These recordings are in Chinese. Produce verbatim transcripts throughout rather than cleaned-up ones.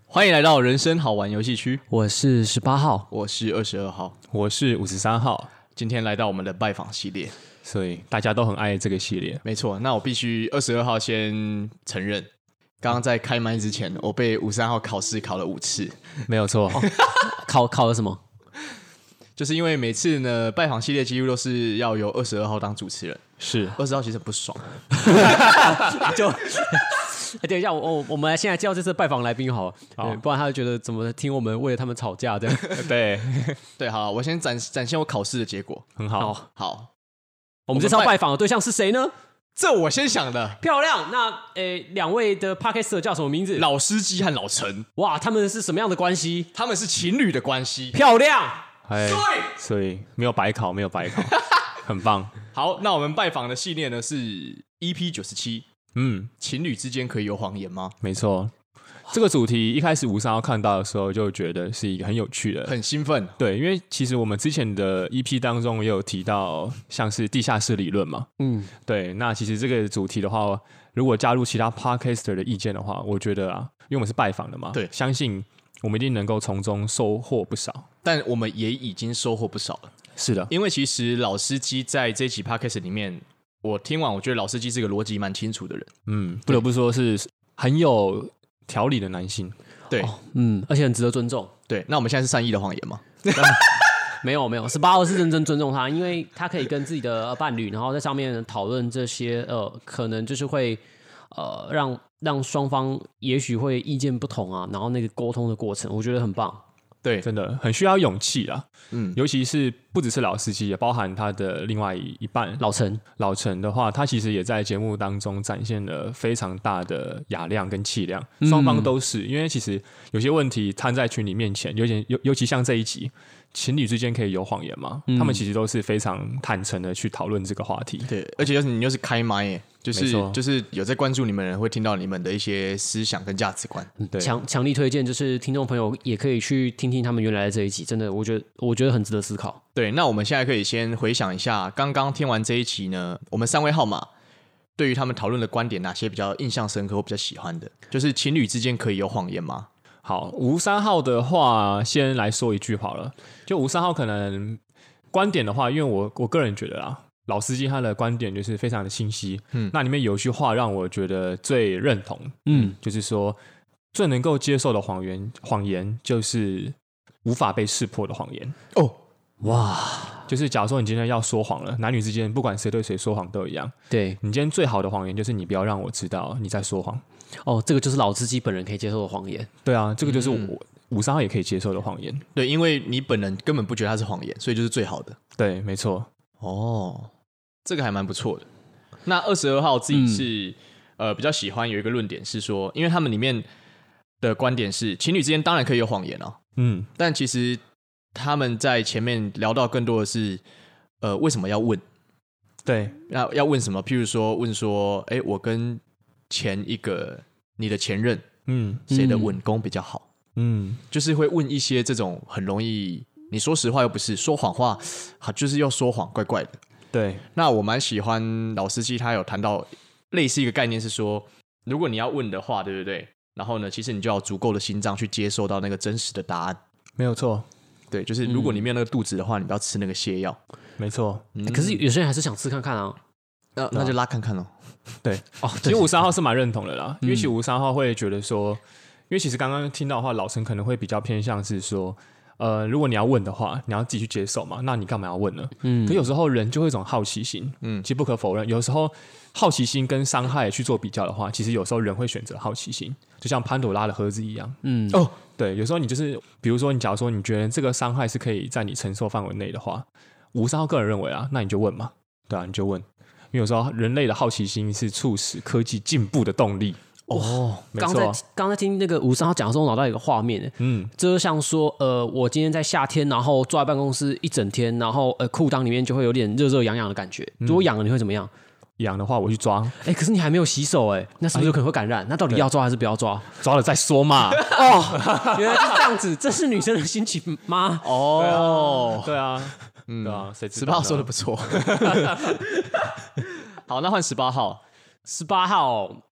欢迎来到人生好玩游戏区， 我是十八号， 我是二十二号， 我是五十三号。 今天来到我们的拜访系列， 所以大家都很爱这个系列。 没错，那我必须二十二号先承认，刚刚在开麦之前，我被五十三号考试考了五次， 没有错。 哦、考考了什么？ 就是因为每次呢拜访系列几乎都是要由二十二号当主持人， 是二十号其实很不爽， 就。等一下，我我们现在叫这次拜访来宾好了，好不然他就觉得怎么听我们为了他们吵架这样。 对对，好，我先展展现我考试的结果， 很好。 好，好我们这次要拜访的对象是谁呢？ 这我先想的， 漂亮。那诶，两位的 Podcaster 叫什么名字？ 老司机和老陈。 哇，他们是什么样的关系？ 他们是情侣的关系。 漂亮。 对，所以没有白考，没有白考，很棒。 好，那我们拜访的系列呢是 E P 九十七。 嗯， 情侣之间可以有谎言吗？ 没错，这个主题一开始吴三号看到的时候就觉得是一个很有趣的， 很兴奋。 对，因为其实我们之前的 E P 当中也有提到像是地下室理论嘛，嗯，对。那其实这个主题的话，如果加入其他 Podcaster 的意见的话，我觉得啊，因为我们是拜访的嘛， 对， 相信我们一定能够从中收获不少。 但我们也已经收获不少了。 是的， 因为其实老司机在这期 Podcast 里面，我听完，我觉得老司机是个逻辑蛮清楚的人。 嗯，不得不说是很有条理的男性。 对， 哦、嗯，而且很值得尊重。 对，那我们现在是善意的谎言吗？ 没有没有，十八号是认真尊重他，因为他可以跟自己的伴侣，然后在上面讨论这些，呃，可能就是会呃让让双方也许会意见不同啊，然后那个沟通的过程，我觉得很棒。 对，真的很需要勇气啦。 嗯， 尤其是不只是老司机，也包含他的另外一半老陈。 老陈的话，他其实也在节目当中展现了非常大的雅量跟气量，双方都是。因为其实有些问题摊在群里面前，尤其尤尤其像这一集，情侣之间可以有谎言吗？嗯、他们其实都是非常坦诚的去讨论这个话题。 对，而且又是你又是开麦耶，就是就是有在关注你们的人会听到你们的一些思想跟价值观。 对， 强强力推荐，就是听众朋友也可以去听听他们原来的这一集，真的，我觉得我觉得很值得思考。 对，那我们现在可以先回想一下，刚刚听完这一期呢，我们三位号码对于他们讨论的观点，哪些比较印象深刻或比较喜欢的？就是情侣之间可以有谎言吗？ 好，吴三号的话，先来说一句好了。就吴三号可能观点的话，因为我我个人觉得啦，老司机他的观点就是非常的清晰。嗯，那里面有一句话让我觉得最认同，嗯，就是说最能够接受的谎言，谎言就是无法被识破的谎言。 哦， 哇， 就是假如说你今天要说谎了，男女之间不管谁对谁说谎都一样。 对， 你今天最好的谎言就是你不要让我知道你在说谎。 哦，这个就是老司机本人可以接受的谎言。 对啊，这个就是我、嗯、五三号也可以接受的谎言。 对，因为你本人根本不觉得它是谎言，所以就是最好的。 对，没错。 哦，这个还蛮不错的。那二十二号自己是、嗯、呃比较喜欢有一个论点是说，因为他们里面的观点是情侣之间当然可以有谎言哦，嗯，但其实他们在前面聊到更多的是呃为什么要问？ 对， 要要问什么？譬如说问说，哎，我跟前一个你的前任，嗯，谁的吻功比较好？嗯，就是会问一些这种很容易，你说实话又不是，说谎话，就是要说谎，怪怪的。 对， 那我蛮喜欢老司机，他有谈到类似一个概念，是说，如果你要问的话，对不对？然后呢，其实你就要有足够的心脏去接受到那个真实的答案。 没有错， 对，就是如果你没有那个肚子的话，你不要吃那个泻药。 没错、 嗯欸，可是有些人还是想吃看看啊。 那那就拉看看咯。 对哦，其实五三号是蛮认同的啦，因为其实五三号会觉得说，因为其实刚刚听到的话，老陈可能会比较偏向是说，呃，如果你要问的话，你要自己去接受嘛，那你干嘛要问呢？嗯，可有时候人就会有一种好奇心，嗯，其实不可否认，有时候好奇心跟伤害去做比较的话，其实有时候人会选择好奇心，就像潘朵拉的盒子一样，嗯，哦，对，有时候你就是，比如说你假如说你觉得这个伤害是可以在你承受范围内的话，五三号个人认为啊，那你就问嘛，对啊，你就问。因为有时候人类的好奇心是促使科技进步的动力。 哦，刚才刚才听那个吴三号讲的时候，我脑袋有个画面，嗯，就像说，呃，我今天在夏天，然后坐在办公室一整天，然后呃，裤裆里面就会有点热热痒痒的感觉。如果痒了，你会怎么样？ 痒的话，我去抓。 哎，可是你还没有洗手，哎，那是不是有可能会感染？那到底要抓还是不要抓？ 抓了再说嘛。 哦，原来是这样子，这是女生的心情吗？ 哦，对啊。嗯，对啊，谁知道？ 十八号说的不错。好，那换十八号。 十八号，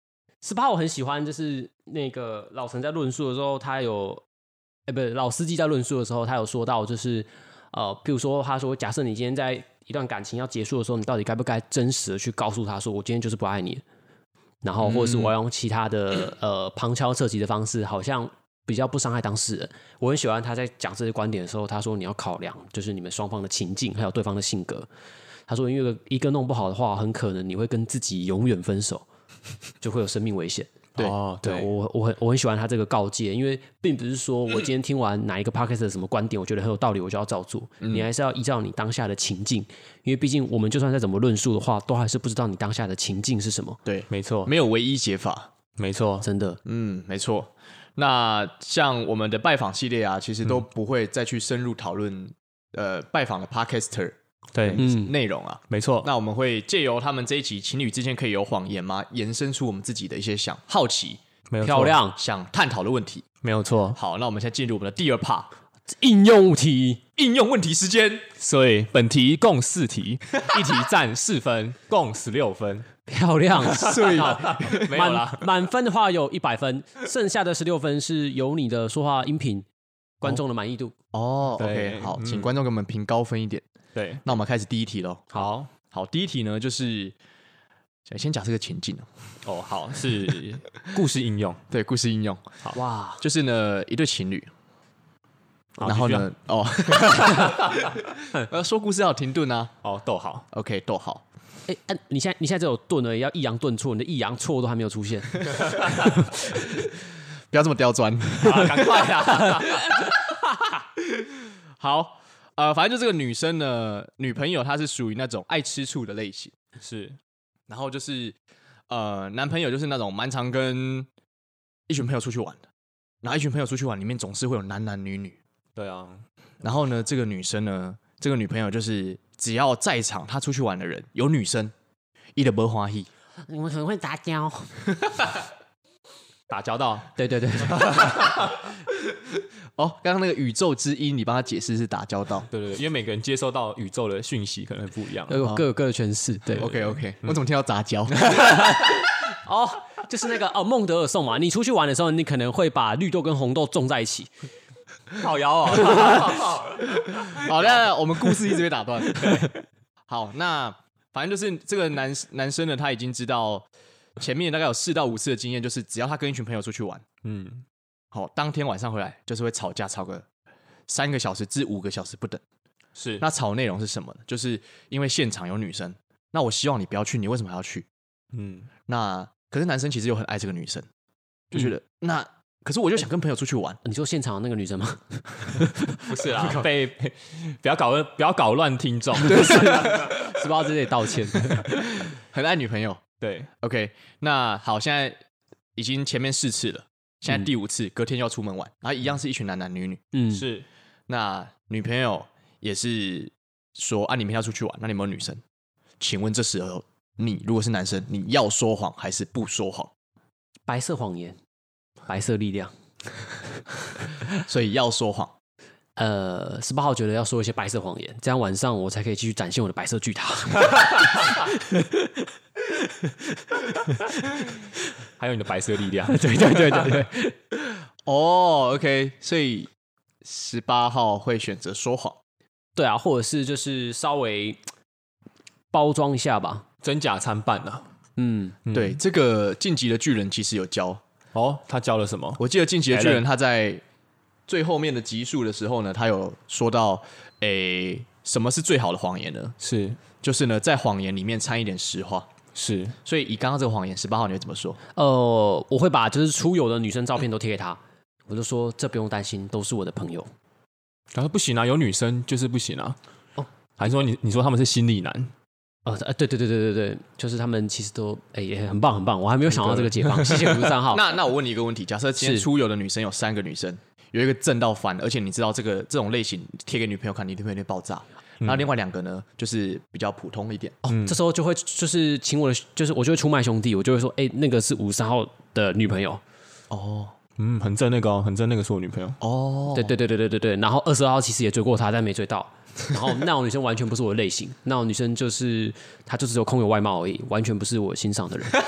十八我很喜欢，就是那个老陈在论述的时候，他有，哎、欸，不是老司机在论述的时候，他有说到，就是呃，譬如说，他说，假设你今天在一段感情要结束的时候，你到底该不该真实的去告诉他说，我今天就是不爱你了，然后或者是我要用其他的、嗯、呃旁敲侧击的方式，好像比较不伤害当事人。我很喜欢他在讲这些观点的时候，他说你要考量就是你们双方的情境，还有对方的性格。他说，因为一个弄不好的话，很可能你会跟自己永远分手。就会有生命危险。 对、哦、对， 我我很我很喜欢他这个告诫，因为并不是说我今天听完哪一个 podcast 的什么观点，我觉得很有道理，我就要照做。嗯、你还是要依照你当下的情境，因为毕竟我们就算再怎么论述的话，都还是不知道你当下的情境是什么。 对， 没错， 没有唯一解法， 没错， 真的， 嗯，没错。那像我们的拜访系列啊，其实都不会再去深入讨论、嗯、呃拜访的 podcaster。 对， 嗯，内容啊， 没错。 那我们会借由他们这一集情侣之间可以有谎言吗？延伸出我们自己的一些想好奇、 漂亮想探讨的问题， 没有错。 好，那我们现在进入我们的第二 part， 应用题， 应用问题时间。 所以本题共四题，一题占四分，共十六分。 漂亮， 所以没有啦。 满分的话有一百分，剩下的十六分是由你的说话音频、观众的满意度。 哦 ，OK， 好，请观众给我们评高分一点。 对， 那我们开始第一题喽。 好好，第一题呢，就是先讲这个情境哦。好，是故事应用， 对，故事应用。 好哇， 就是呢，一对情侣，然后呢，哦，说故事要有停顿啊。 哦，逗号 ，OK， 逗号。 哎、欸啊，你现在你现在只有顿而已，要抑扬顿挫，你的抑扬错都还没有出现。 不要这么刁钻， 赶快啊！ 好。呃，反正就这个女生呢，女朋友她是属于那种爱吃醋的类型， 是， 然后就是呃，男朋友就是那种蛮常跟一群朋友出去玩的，然后一群朋友出去玩里面总是会有男男女女， 对啊， 然后呢，这个女生呢，这个女朋友就是只要在场，她出去玩的人有女生，一点不欢喜， 你们可能会打交， 打交道， 对对对。 哦，刚刚那个宇宙之音，你帮他解释是打交道， 对对对，因为每个人接收到宇宙的讯息可能不一样， 各有各有各的诠释。对 ，OK OK，、嗯、我怎么听到杂交？ 哦，就是那个哦，孟德尔颂嘛。你出去玩的时候，你可能会把绿豆跟红豆种在一起。 好摇哦。 好，那我们故事一直被打断。好，那反正就是这个男男生呢，他已经知道前面大概有四到五次的经验，就是只要他跟一群朋友出去玩，嗯。好，当天晚上回来就是会吵架，吵个三个小时至五个小时不等。 是， 那吵内容是什么呢？就是因为现场有女生，那我希望你不要去，你为什么还要去？嗯，那可是男生其实又很爱这个女生，就觉得、嗯、那可是我就想跟朋友出去玩。 你说现场的那个女生吗？ 不是啦，被不要搞不要搞乱听众， 对，是十八这里道歉， 很爱女朋友。 对 ，OK， 那好，现在已经前面四次了。现在第五次，嗯、隔天要出门玩，然后一样是一群男男女女。 嗯，是。 那女朋友也是说啊，你明天要出去玩，那你有没有女生？请问这时候你如果是男生，你要说谎还是不说谎？ 白色谎言，白色力量， 所以要说谎。 呃，十八号觉得要说一些白色谎言，这样晚上我才可以继续展现我的白色巨塔。 还有你的白色力量， 对对对对对。 哦、oh, ，OK， 所以十八号会选择说谎， 对啊，或者是就是稍微包装一下吧， 真假参半啊。 嗯，对，这个晋级的巨人其实有教哦，他教了什么？ 我记得晋级的巨人他在最后面的集数的时候呢，他有说到，诶，什么是最好的谎言呢？ 是， 就是呢，在谎言里面掺一点实话。 是， 所以以刚刚这个谎言，十八号你会怎么说？ 呃，我会把就是出游的女生照片都贴给他，我就说这不用担心，都是我的朋友。 他说不行啊，有女生就是不行啊。哦，还说你你说他们是心理男？ 呃，对对对对对对，就是他们其实都哎也、欸、很棒很棒，我还没有想到这个解放，谢谢五十三号。 那那我问你一个问题，假设今天出游的女生有三个女生，有一个正到翻，而且你知道这个这种类型贴给女朋友看，你女朋友会爆炸。然后另外两个呢，就是比较普通一点。 哦，嗯、这时候就会就是请我的，就是我就会出卖兄弟，我就会说，哎、欸，那个是五十三号的女朋友。 哦， 嗯，很正那个、哦，很正那个是我女朋友。 哦，对对对对对对对。然后二十二号其实也追过她，但没追到。然后那种女生完全不是我的类型，那种女生就是她就只有空有外貌而已，完全不是我欣赏的人。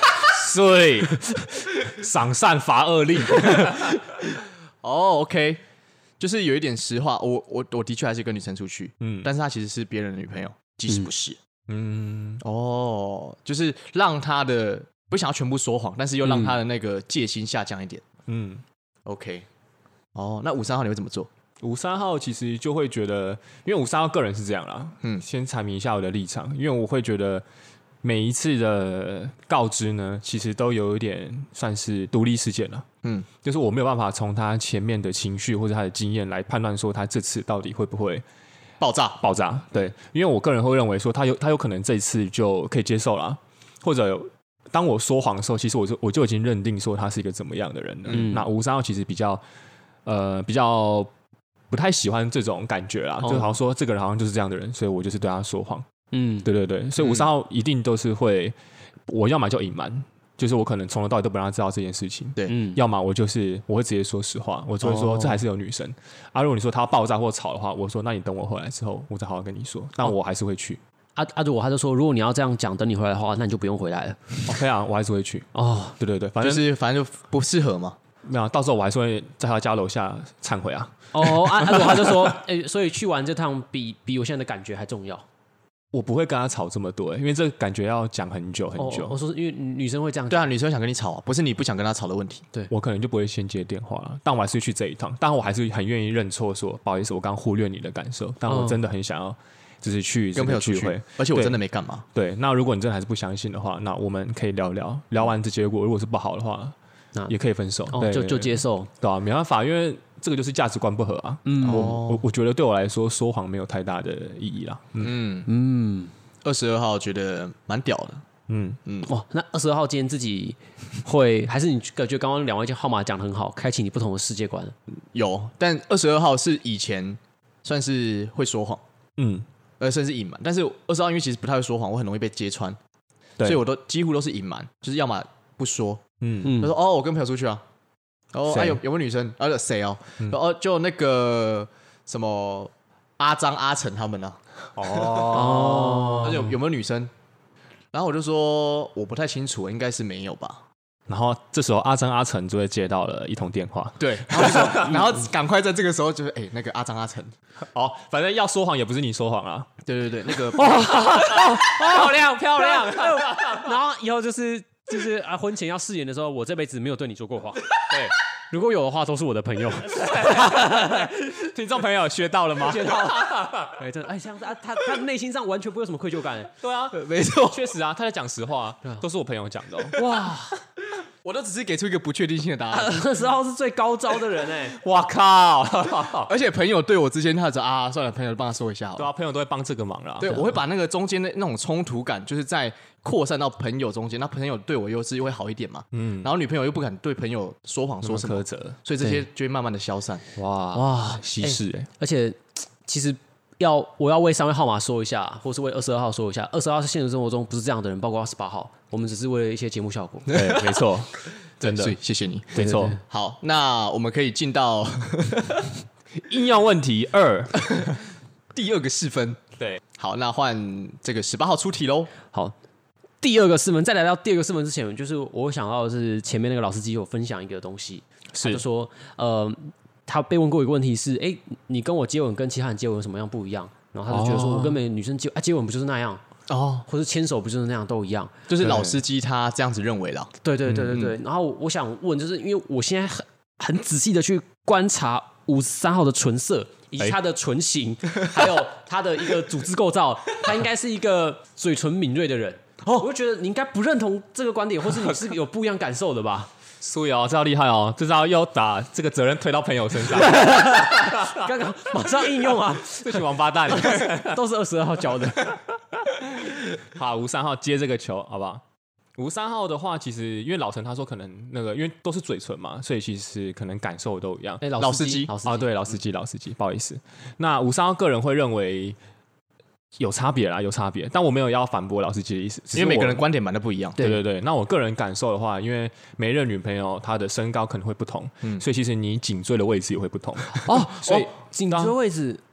所以赏善罚恶令。 哦 ，OK， 就是有一点实话，我我我的确还是跟女生出去，嗯，但是她其实是别人的女朋友，即使不是，嗯，哦，就是让她的不想要全部说谎，但是又让她的那个戒心下降一点，嗯 ，OK， 哦，那五三号你会怎么做？ 五三号其实就会觉得，因为五三号个人是这样啦，嗯，先阐明一下我的立场，因为我会觉得每一次的告知呢，其实都有一点算是独立事件了，嗯，就是我没有办法从他前面的情绪或者他的经验来判断说他这次到底会不会爆炸爆炸，对，因为我个人会认为说他有他有可能这一次就可以接受啦，或者当我说谎的时候，其实我就我就已经认定说他是一个怎么样的人了，嗯，那五三号其实比较呃比较。不太喜欢这种感觉啦，哦、就好像说这个人好像就是这样的人，所以我就是对他说谎。嗯，对对对，所以五三号一定都是会，我要么就隐瞒，就是我可能从头到尾都不让他知道这件事情。对，嗯、要么我就是我会直接说实话，我就会说、哦、这还是有女生。啊，如果你说他要爆炸或吵的话，我说那你等我回来之后，我再好好跟你说。但我还是会去。 啊啊！如果他就说，如果你要这样讲，等你回来的话，那你就不用回来了。 OK 啊，我还是会去。哦，对对对，反正就是反正就不适合嘛。 没有，到时候我还是会在他家楼下忏悔啊。 哦，啊，啊他就说，哎、欸，所以去玩这趟比比我现在的感觉还重要。 我不会跟他吵这么多、欸，因为这个感觉要讲很久很久。 哦、我说，因为女生会这样讲。 对啊，女生想跟你吵啊，不是你不想跟她吵的问题。 对，我可能就不会先接电话了，但我还是去这一趟，但我还是很愿意认错，说不好意思，我刚忽略你的感受，但我真的很想要。就是去跟朋友聚会，而且我真的没干嘛。 对，那如果你真的还是不相信的话，那我们可以聊聊，聊完这结果，如果是不好的话，那也可以分手， 哦、就就接受， 对啊，没办法，因为这个就是价值观不合啊。嗯，我我我觉得对我来说，说谎没有太大的意义啦。嗯嗯，二十二号觉得蛮屌的。 嗯嗯，哇，那二十二号今天自己会还是你感觉刚刚两位号码讲得很好，开启你不同的世界观？ 有，但二十二号是以前算是会说谎，嗯。呃，甚至隐瞒，但是二十号因为其实不太会说谎，我很容易被揭穿，所以我都几乎都是隐瞒，就是要么不说，嗯嗯，他说哦，我跟朋友出去啊，哦，啊有有没有女生？啊谁哦？嗯、哦就那个什么阿张、阿成他们呢、啊？哦，而且有有没有女生？然后我就说我不太清楚，应该是没有吧。 然后这时候阿张阿成就会接到了一通电话， 对，然后就说，然后赶快在这个时候就是哎、欸，那个阿张阿成， 哦，反正要说谎也不是你说谎啊， 对对对，那个漂亮漂亮，然后以后就是就是啊，婚前要誓言的时候，我这辈子没有对你说过谎，对，如果有的话都是我的朋友， 听众朋友学到了吗？ 学到了，哎，真的哎，这样子啊，他他内心上完全不会有什么愧疚感， 对啊，没错，确实啊，他在讲实话，都是我朋友讲的、哦，哇。 我都只是给出一个不确定性的答案。 二十号是最高招的人哎、欸， 哇靠！ 而且朋友对我之间，他说啊，算了，朋友帮他说一下好了。 对啊，朋友都会帮这个忙啦。 对，我会把那个中间的那种冲突感，就是在扩散到朋友中间。那朋友对我又是会好一点嘛，嗯，然后女朋友又不敢对朋友说谎说什么，所以这些就会慢慢的消散。 哇哇，稀释哎！ 而且其实。要我要为三位号码说一下，或是为二十二号说一下。二十二号是现实生活中不是这样的人，包括二十八号，我们只是为了一些节目效果。 对，没错，真的， 谢谢你， 没错。 好，那我们可以进到应用问题二， 第二个试分。 对， 好，那换这个十八号出题喽。 好，第二个试分，在来到第二个试分之前，就是我想到的是前面那个老司机有分享一个东西，他就说，呃。他被问过一个问题是：哎，你跟我接吻跟其他人接吻有什么样不一样？然后他就觉得说，我跟每个女生接啊接吻不就是那样哦，或者牵手不就是那样都一样？ 就是老司机他这样子认为啦。 对对对对对。嗯、然后我想问，就是因为我现在很很仔细的去观察五十三号的唇色以及他的唇形，还有他的一个组织构造，他应该是一个嘴唇敏锐的人。哦，我就觉得你应该不认同这个观点，或是你是有不一样感受的吧？ 所以哦，这要厉害哦，这招要把这个责任推到朋友身上。 刚刚马上应用啊， 这群王八蛋都是二十二号教的。 好，吴三号接这个球，好不好？吴三号的话，其实因为老陈他说可能那个，因为都是嘴唇嘛，所以其实可能感受都一样。 哎、欸， 老司机， 老司机啊，对，老司机，老司机，不好意思。那吴三号个人会认为。有差别啦，有差别，但我没有要反驳老司机的意思， 因为每个人观点蛮的不一样。 对对对，那我个人感受的话，因为每任女朋友她的身高可能会不同，嗯，所以其实你颈椎的位置也会不同哦。所以颈椎位置，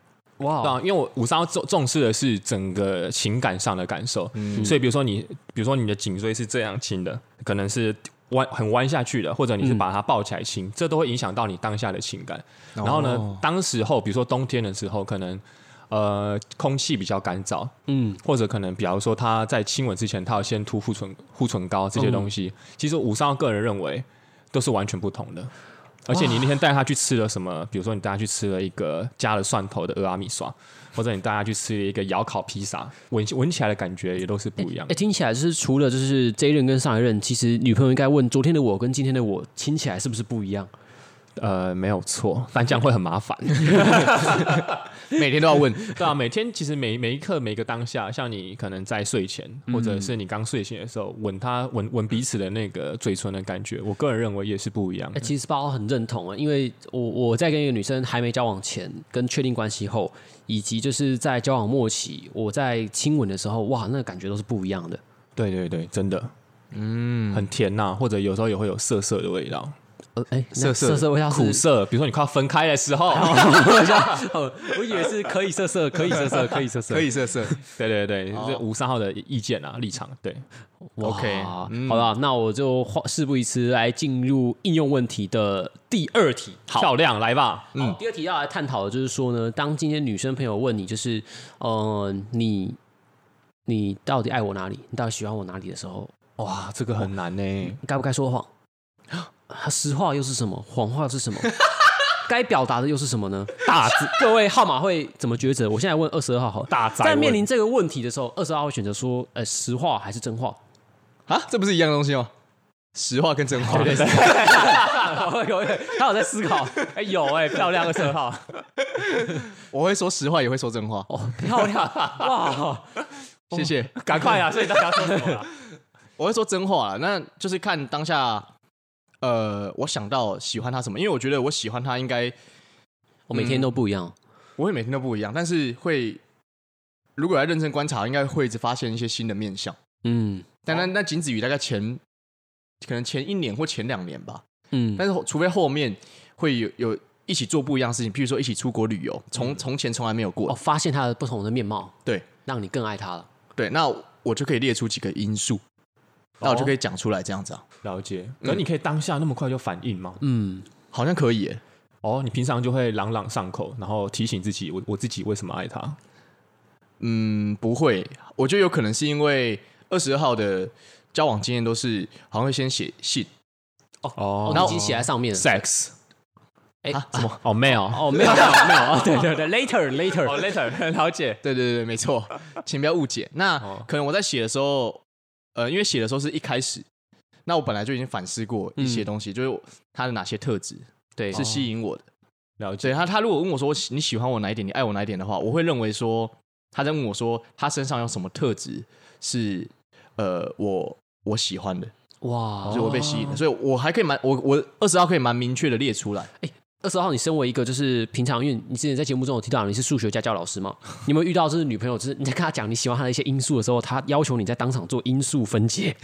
哇，对啊，因为我五三号重重视的是整个情感上的感受，嗯、所以比如说你，比如说你的颈椎是这样亲的，可能是弯很弯下去的，或者你是把它抱起来亲，嗯、这都会影响到你当下的情感。然后呢，哦、当时候比如说冬天的时候，可能呃空气比较干燥，嗯，或者可能比方说他在亲吻之前，他要先涂护唇护唇膏这些东西，嗯、其实五三号个人认为都是完全不同的。而且你那天带他去吃了什么？比如说你带他去吃了一个加了蒜头的俄阿米刷，或者你带他去吃了一个窑烤披萨，闻闻起来的感觉也都是不一样的。 哎、欸，听起来就是除了就是这一任跟上一任，其实女朋友应该问昨天的我跟今天的我亲起来是不是不一样？ 呃，没有错，但这样会很麻烦。 每天都要问， 对啊，每天其实每每一刻每个当下，像你可能在睡前，或者是你刚睡醒的时候，吻他吻吻彼此的那个嘴唇的感觉，我个人认为也是不一样的。 欸、其实八号很认同啊，因为我我在跟一个女生还没交往前，跟确定关系后，以及就是在交往末期，我在亲吻的时候，哇，那个感觉都是不一样的。 对对对，真的，嗯，很甜呐、啊，或者有时候也会有涩涩的味道。 呃，哎、欸，涩涩涩味道是苦涩，比如说你快要分开的时候， 我以为是可以涩涩，可以涩涩，可以涩涩， 可以涩涩。 对对对，这五三号的意见啊，立场对。 OK，、嗯、好了，那我就事不宜迟，来进入应用问题的第二题。 漂亮，来吧。 嗯，第二题要来探讨的就是说呢，当今天女生朋友问你，就是呃，你你到底爱我哪里？你到底喜欢我哪里的时候， 哇，这个很难呢。 该不该说谎？实话又是什么？谎话又是什么？该表达的又是什么呢？大字，各位号码会怎么抉择？我现在问二十二号好了。 大在面临这个问题的时候，二十二号会选择说，呃，实话还是真话？ 啊，这不是一样的东西吗？实话跟真话，对对对， 他有在思考。哎、欸，有哎、欸，漂亮二十二号。 我会说实话，也会说真话。 哦，漂亮哇！ 谢谢， 赶快啊！所以大家说什么啦？ 我会说真话啦，那就是看当下。呃，我想到喜欢他什么，因为我觉得我喜欢他应该， 我每天都不一样， 我会每天都不一样，但是会如果来认真观察，应该会一直发现一些新的面向。嗯，但那那仅止于大概前可能前一年或前两年吧。嗯，但是除非后面会有有一起做不一样的事情，譬如说一起出国旅游，从从前从来没有过， 哦，发现他的不同的面貌， 对， 让你更爱他了。 对，那我就可以列出几个因素。那我就可以讲出来，这样子啊。 了解。可是你可以当下那么快就反应吗？ 嗯，好像可以耶。 哦，你平常就会朗朗上口，然后提醒自己，我我自己为什么爱他？ 嗯，不会。我觉得有可能是因为二十二号的交往经验都是好像会先写信。 哦，然后已经写在上面了。 sex。 哎、欸， 什么？哦，没有， 哦，没有，没有，没有。对对对 ，later，later， 哦 ，later， 了解。 对对对，没错，请不要误解。那、哦、可能我在写的时候。呃，因为写的时候是一开始，那我本来就已经反思过一些东西，嗯、就是他的哪些特质，对，是吸引我的。 了解。 对他，他如果问我说你喜欢我哪一点，你爱我哪一点的话，我会认为说他在问我说他身上有什么特质是呃我我喜欢的，哇，所以我被吸引的，所以我还可以蛮我我二十号可以蛮明确的列出来。 哎、欸。二十号，你身为一个就是平常，因为你之前在节目中有提到你是数学家教老师嘛，你有没有遇到就是女朋友，就是你在跟她讲你喜欢她的一些因素的时候，她要求你在当场做因素分解？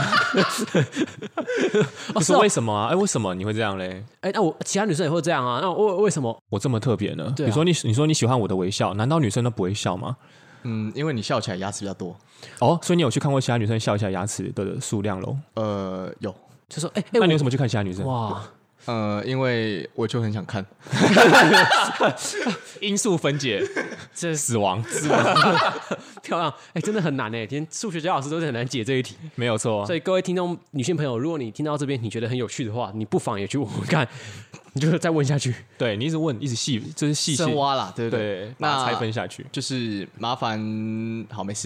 哦，是为什么啊？哎、欸，为什么你会这样嘞？ 哎、欸，那我其他女生也会这样啊？那为为什么我这么特别呢？ 对、啊， 你说你你说你喜欢我的微笑，难道女生都不会笑吗？ 嗯，因为你笑起来牙齿比较多。 哦，所以你有去看过其他女生笑起来牙齿的数量喽？ 呃，有， 就说哎、欸欸，那你为什么去看其他女生？ 哇。 呃，因为我就很想看， 因素分解，这死亡，死亡， 漂亮，哎、欸，真的很难哎，连数学教老师都是很难解这一题， 没有错、啊。 所以各位听众女性朋友，如果你听到这边你觉得很有趣的话，你不妨也去问问看，你就再问下去。 对你一直问，一直细，就是细深挖啦，对不对？ 对，那拆分下去， 就是麻烦，好，没事。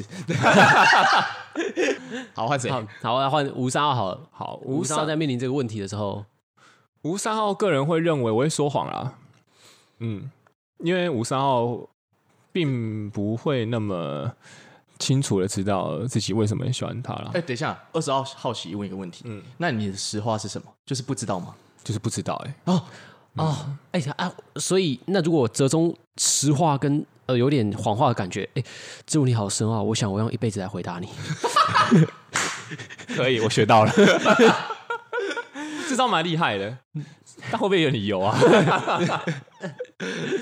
好，换谁？ 好，好，要换吴三号好了。 好， 吴三号在面临这个问题的时候。 吴三号个人会认为我会说谎啦，嗯，因为吴三号并不会那么清楚的知道自己为什么喜欢他啦。 哎、欸，等一下，二十号好奇问一个问题，嗯，那你的实话是什么？就是不知道吗？ 就是不知道、欸，哎， 哦哦，哎、欸、啊，所以那如果折中实话跟呃有点谎话的感觉，哎、欸，这问题好深奥，我想我用一辈子来回答你。 可以，我学到了。这招蛮厉害的，但会不会有点油啊？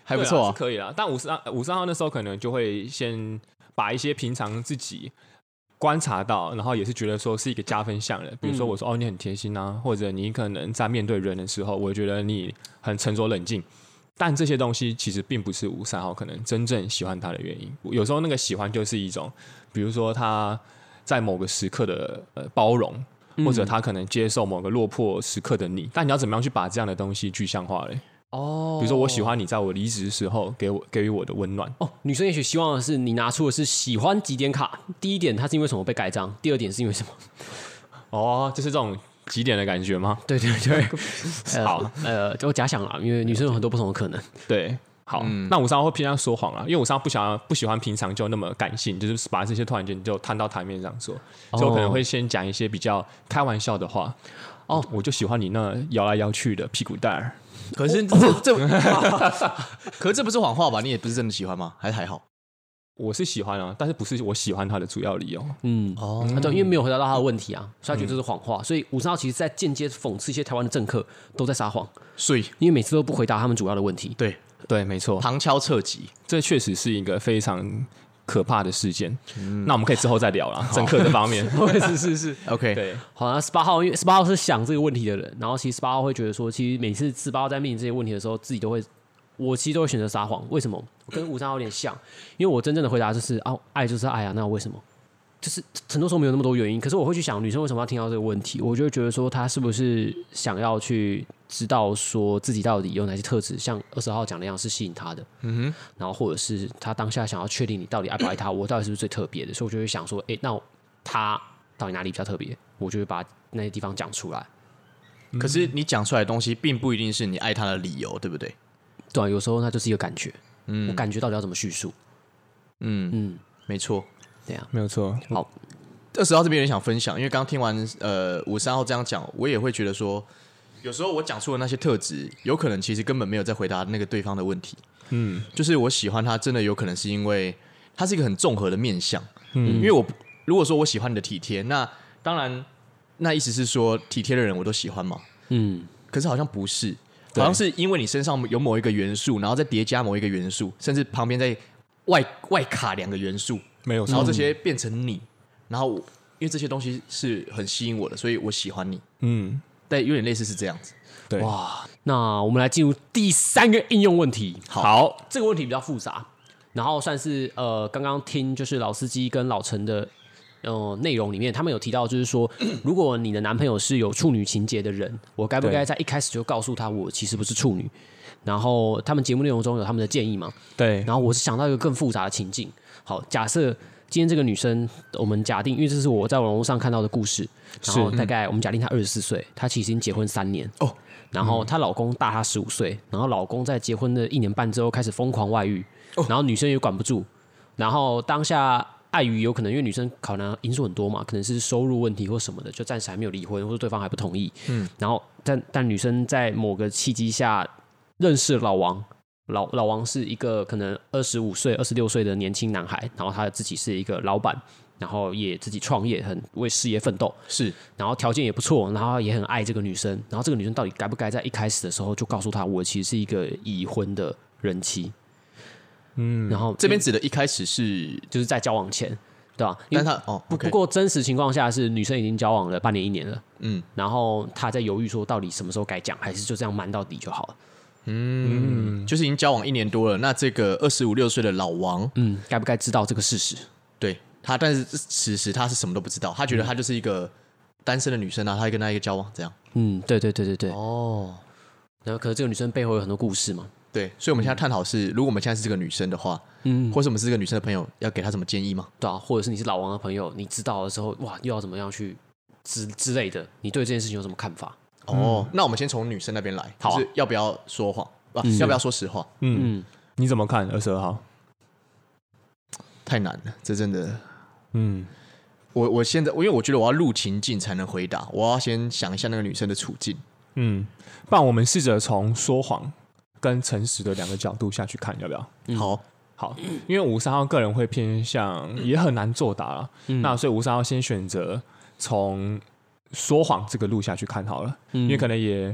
还不错啊， 可以啦。但五十五十号那时候可能就会先把一些平常自己观察到，然后也是觉得说是一个加分项的，比如说我说、嗯、哦你很贴心啊，或者你可能在面对人的时候，我觉得你很沉着冷静。但这些东西其实并不是五三号可能真正喜欢他的原因。有时候那个喜欢就是一种，比如说他在某个时刻的呃包容，或者他可能接受某个落魄时刻的你。但你要怎么样去把这样的东西具象化嘞？哦，比如说我喜欢你在我离职的时候给我给予我的温暖。 哦，女生也许希望的是你拿出的是喜欢几点卡。第一点，它是因为什么被盖章？第二点是因为什么？ 哦，就是这种。几点的感觉吗？ 对对对，好，呃，我假想了，因为女生有很多不同的可能。 对，好，嗯、那五三号会偏向说谎啊，因为五三号不想要不喜欢平常就那么感性，就是把这些突然间就摊到台面上说，哦、所以我可能会先讲一些比较开玩笑的话。哦，我就喜欢你那摇来摇去的屁股蛋儿。 可是这这，可是这不是谎话吧？你也不是真的喜欢吗？还是还好？ 我是喜欢啊，但是不是我喜欢他的主要理由。 嗯，哦，对，因为没有回答到他的问题啊，所以他觉得这是谎话。嗯、所以五十号其实在间接讽刺一些台湾的政客都在撒谎， 所以因为每次都不回答他们主要的问题。 对对，没错， 旁敲侧击， 这确实是一个非常可怕的事件。嗯、那我们可以之后再聊啦，政客这方面。 是是是 ，OK， 对。好，那十八号，因为十八号是想这个问题的人，然后其实十八号会觉得说，其实每次十八号在面临这些问题的时候，自己都会。我其实都会选择撒谎，为什么？我跟五三号有点像，因为我真正的回答就是啊，爱就是爱啊，那为什么？就是很多时候没有那么多原因，可是我会去想，女生为什么要听到这个问题？我就会觉得说，她是不是想要去知道说自己到底有哪些特质，像二十号讲的那样是吸引她的，嗯哼，然后或者是她当下想要确定你到底爱不爱她，我到底是不是最特别的？所以我就会想说，哎、欸，那她到底哪里比较特别？我就会把那些地方讲出来。 可是你讲出来的东西，并不一定是你爱她的理由，对不对？ 对啊，有时候那就是一个感觉，嗯，我感觉到底要怎么叙述， 嗯嗯，没错， 对啊， 没有错。 好， 二十号这边有点想分享，因为刚刚听完呃五三号这样讲，我也会觉得说，有时候我讲出的那些特质，有可能其实根本没有在回答那个对方的问题，嗯，就是我喜欢他，真的有可能是因为他是一个很综合的面向，嗯，因为我如果说我喜欢你的体贴，那当然，那意思是说体贴的人我都喜欢嘛，嗯，可是好像不是。好像是因为你身上有某一个元素，然后再叠加某一个元素，甚至旁边再外外卡两个元素， 没有， 然后这些变成你，然后因为这些东西是很吸引我的，所以我喜欢你。嗯，但有点类似是这样子。 对， 哇，那我们来进入第三个应用问题。 好， 好这个问题比较复杂，然后算是呃，刚刚听就是老司机跟老陈的。呃，内容里面他们有提到，就是说，如果你的男朋友是有处女情节的人，我该不该在一开始就告诉他我其实不是处女？然后他们节目内容中有他们的建议嘛？ 对。 然后我是想到一个更复杂的情境。好，假设今天这个女生，我们假定，因为这是我在网络上看到的故事，然后大概我们假定她二十四岁，她其实已经结婚三年哦，然后她老公大她十五岁，然后老公在结婚的一年半之后开始疯狂外遇，然后女生也管不住，然后当下。碍于有可能因为女生考量因素很多嘛，可能是收入问题或什么的，就暂时还没有离婚，或者对方还不同意。嗯，然后但但女生在某个契机下认识老王，老老王是一个可能二十五岁、二十六岁的年轻男孩，然后他自己是一个老板，然后也自己创业，很为事业奋斗， 是， 然后条件也不错，然后也很爱这个女生，然后这个女生到底该不该在一开始的时候就告诉他，我其实是一个已婚的人妻？嗯，然后这边指的一开始是就是在交往前，对吧？ 但他哦， 不不过真实情况下是女生已经交往了半年一年了，嗯，然后他在犹豫说到底什么时候该讲，还是就这样瞒到底就好了。 嗯，就是已经交往一年多了，那这个二十五六岁的老王， 嗯，该不该知道这个事实？ 对他，但是此时他是什么都不知道，他觉得他就是一个单身的女生啊，他跟他一个交往这样。 嗯，对对对对对。哦，然后可是这个女生背后有很多故事嘛。 对，所以我们现在探讨是，如果我们现在是这个女生的话，嗯，或是我们是这个女生的朋友，要给她什么建议吗？ 对啊，或者是你是老王的朋友，你知道的时候，哇，又要怎么样去之之类的，你对这件事情有什么看法？ 哦，嗯、那我们先从女生那边来， 好、啊， 就是要不要说谎啊、嗯？要不要说实话？ 嗯，嗯你怎么看？二十二号太难了，这真的，嗯，我我现在，因为我觉得我要入情境才能回答，我要先想一下那个女生的处境。 嗯，不然我们试着从说谎跟诚实的两个角度下去看，要不要？ 嗯、好好，因为五三号个人会偏向，也很难作答了。嗯、那所以五三号先选择从说谎这个路下去看好了，嗯、因为可能也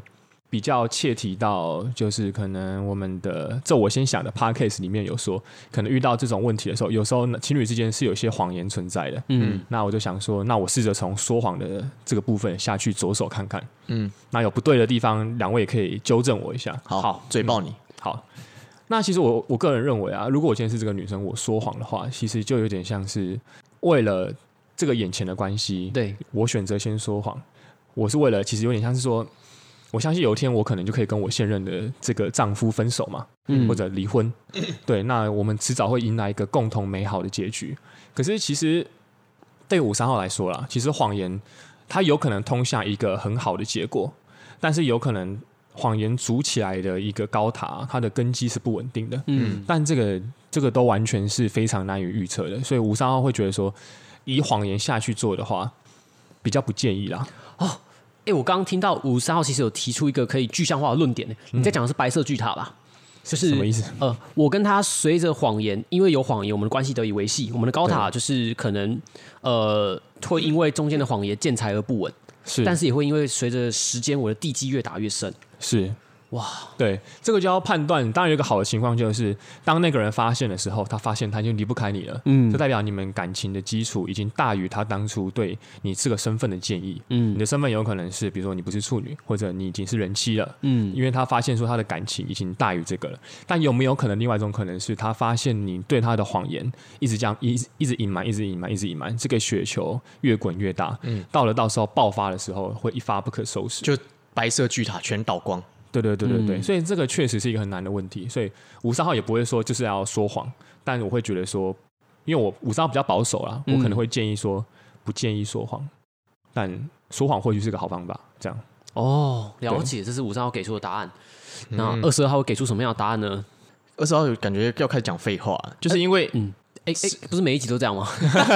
比较切题到，就是可能我们的这我先想的 podcast 里面有说，可能遇到这种问题的时候，有时候情侣之间是有一些谎言存在的。嗯，那我就想说，那我试着从说谎的这个部分下去着手看看。嗯，那有不对的地方，两位也可以纠正我一下。 好，好嘴爆你、嗯。 好，那其实我我个人认为啊，如果我今天是这个女生，我说谎的话，其实就有点像是为了这个眼前的关系， 对我选择先说谎。我是为了，其实有点像是说。我相信有一天我可能就可以跟我现任的这个丈夫分手嘛，嗯、或者离婚，对，那我们迟早会迎来一个共同美好的结局。可是其实对五三号来说啦，其实谎言它有可能通向一个很好的结果，但是有可能谎言筑起来的一个高塔，它的根基是不稳定的。嗯，但这个这个都完全是非常难以预测的，所以五三号会觉得说，以谎言下去做的话，比较不建议啦。 哦。哎，我刚刚听到五十三号其实有提出一个可以具象化的论点，你在讲的是白色巨塔吧？就是什么意思？ 呃，我跟他随着谎言，因为有谎言，我们的关系得以维系。我们的高塔就是可能呃，会因为中间的谎言建材而不稳， 是， 但是也会因为随着时间，我的地基越打越深。 是。 哇， 对，这个就要判断。当然有一个好的情况就是，当那个人发现的时候，他发现他已经离不开你了，嗯，就代表你们感情的基础已经大于他当初对你这个身份的建议。嗯，你的身份有可能是，比如说你不是处女，或者你已经是人妻了，嗯，因为他发现说他的感情已经大于这个了。但有没有可能另外一种可能是他发现你对他的谎言一直这样一一直隐瞒，一直隐瞒，一直隐瞒，这个雪球越滚越大，嗯，到了到时候爆发的时候会一发不可收拾， 就白色巨塔全倒光。 对对对对对、嗯，所以这个确实是一个很难的问题，所以五三号也不会说就是要说谎，但我会觉得说，因为我五三号比较保守啦，我可能会建议说不建议说谎，但说谎或许是个好方法，这样。 哦，了解，这是五三号给出的答案。那二十二号会给出什么样的答案呢？ 二十号感觉要开始讲废话，就是因为、欸、嗯。 哎、欸欸、不是每一集都这样吗？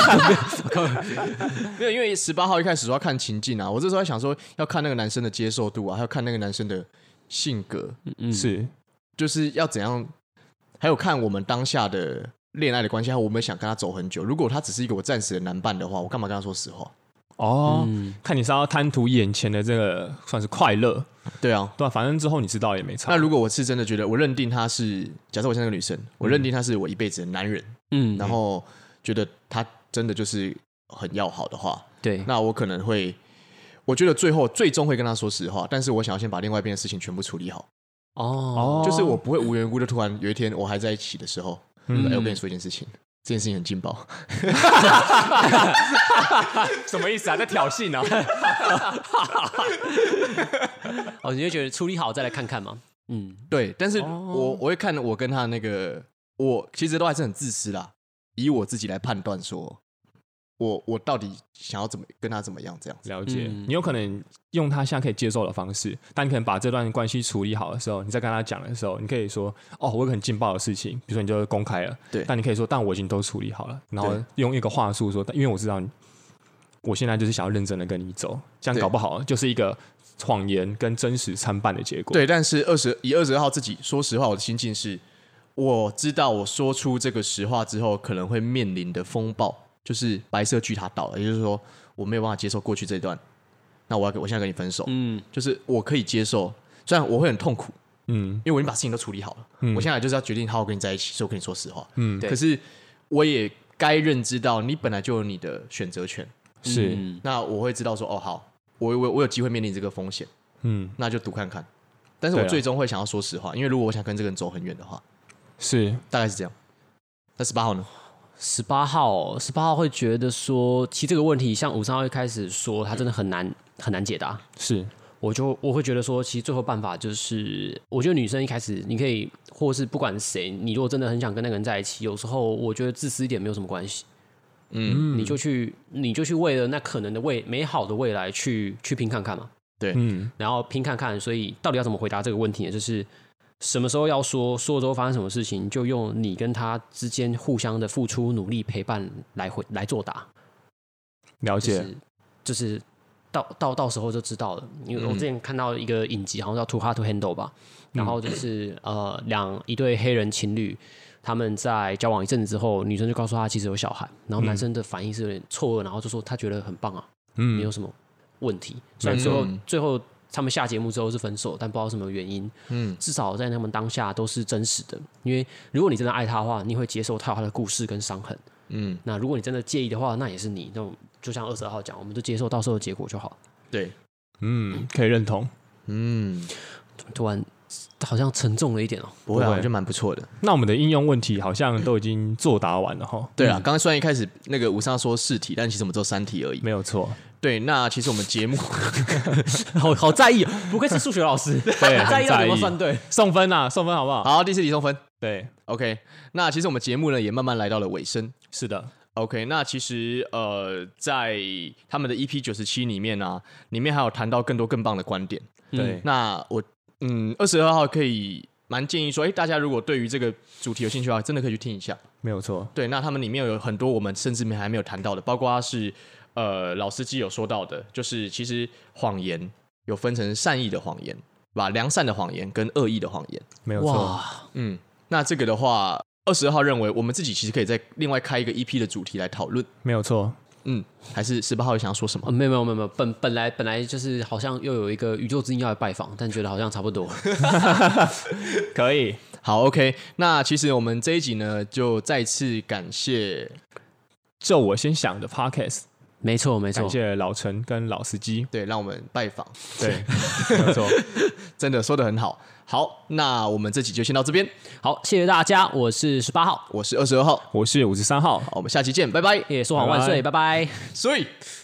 没有，因为十八号一开始说要看情境啊，我这时候在想说要看那个男生的接受度啊，还要看那个男生的性格， 嗯，是， 就是要怎样，还有看我们当下的恋爱的关系，还有我们想跟他走很久。如果他只是一个我暂时的男伴的话，我干嘛跟他说实话？ 哦、嗯，看你是要贪图眼前的这个算是快乐， 对啊， 对啊，反正之后你知道也没差。 那如果我是真的觉得，我认定他是，假设我现在那个女生，我认定他是我一辈子的男人，嗯，然后觉得他真的就是很要好的话， 对， 那我可能会，我觉得最后最终会跟他说实话，但是我想要先把另外一边的事情全部处理好。哦，就是我不会无缘无故的突然有一天我还在一起的时候，嗯，哎，我跟你说一件事情。这件事情很劲爆， 什么意思啊？在挑衅啊？ 哦，你就觉得处理好再来看看吗？嗯， 对。但是我、哦、我会看我跟他那个，我其实都还是很自私啦，以我自己来判断说，我我到底想要怎么跟他怎么样这样子。 了解、嗯，你有可能用他现在可以接受的方式，但你可能把这段关系处理好的时候，你再跟他讲的时候，你可以说哦，我有个很劲爆的事情，比如说你就公开了， 对， 但你可以说，但我已经都处理好了，然后用一个话术说，因为我知道你，我现在就是想要认真的跟你走，这样搞不好就是一个谎言跟真实参半的结果。 对，但是二十以二十二号自己说实话，我的心境是，我知道我说出这个实话之后，可能会面临的风暴。就是白色巨塔倒了，也就是说我没有办法接受过去这一段，那我要我现在跟你分手，嗯，就是我可以接受，虽然我会很痛苦，嗯，因为我已经把事情都处理好了，嗯，我现在就是要决定好好跟你在一起，所以我跟你说实话，嗯，可是我也该认知到你本来就有你的选择权， 是、 嗯，那我会知道说哦好，我我我有机会面临这个风险，嗯，那就赌看看，但是我最终会想要说实话，因为如果我想跟这个人走很远的话， 是大概是这样。那十八号呢？ 十八号，十八号会觉得说，其实这个问题，像五三号一开始说，他真的很难很难解答。 是， 我就我会觉得说，其实最后办法就是，我觉得女生一开始你可以，或是不管谁，你如果真的很想跟那个人在一起，有时候我觉得自私一点没有什么关系。嗯，你就去，你就去为了那可能的未美好的未来去去拼看看嘛。 对， 嗯，然后拼看看，所以到底要怎么回答这个问题呢？就是什么时候要说，说了之后发生什么事情，就用你跟他之间互相的付出、努力、陪伴来回来作答。 了解， 就是、就是、到到到时候就知道了。因为我之前看到一个影集，好像叫《Too Hard to Handle》吧，然后就是呃两一对黑人情侣。他们在交往一阵子之后，女生就告诉他其实有小孩，然后男生的反应是有点错愕，然后就说他觉得很棒啊，嗯，没有什么问题。虽然最后、嗯、最后他们下节目之后是分手，但不知道什么原因。嗯，至少在他们当下都是真实的。因为如果你真的爱他的话，你会接受他有他的故事跟伤痕。嗯，那如果你真的介意的话，那也是你。那就像二十二号讲，我们就接受到时候的结果就好。 对， 嗯，可以认同。 嗯， 突然好像沉重了一点哦。 不会啊，我觉得蛮不错的。 那我们的应用问题好像都已经作答完了哈。 对啊，刚刚虽然一开始那个吴尚说四题，但其实我们只有三题而已。 没有错。 对，那其实我们节目好好在意哦，不愧是数学老师， 对， 在意到有没有算对， 送分啊，送分好不好？ 好，第四题送分。 对 ，OK。那其实我们节目呢也慢慢来到了尾声。 是的 ，OK。那其实呃，在他们的 E P 九十七里面呢、啊，里面还有谈到更多更棒的观点。 对， 那我嗯，二十二号可以蛮建议说，哎，大家如果对于这个主题有兴趣的话，真的可以去听一下。 没有错。 对，那他们里面有很多我们甚至还没有谈到的，包括是。呃，老司机有说到的，就是其实谎言有分成善意的谎言，吧，良善的谎言跟恶意的谎言， 没有错。 嗯，那这个的话，二十二号认为我们自己其实可以再另外开一个 E P 的主题来讨论， 没有错。 嗯，还是十八号想要说什么？ 呃、没有没有没有没有，本本来本来就是好像又有一个宇宙之音要来拜访，但觉得好像差不多。 可以， 好 ，OK。那其实我们这一集呢，就再次感谢就我先想的 Podcast。 没错，没错， 感谢老陈跟老司机， 对，让我们拜访， 对，没错， 真的说得很好。好，那我们这集就先到这边。 好，谢谢大家，我是十八号， 我是二十二号， 我是五十三号， 好，我们下期见，拜拜。 也说好万岁，拜拜。 所以。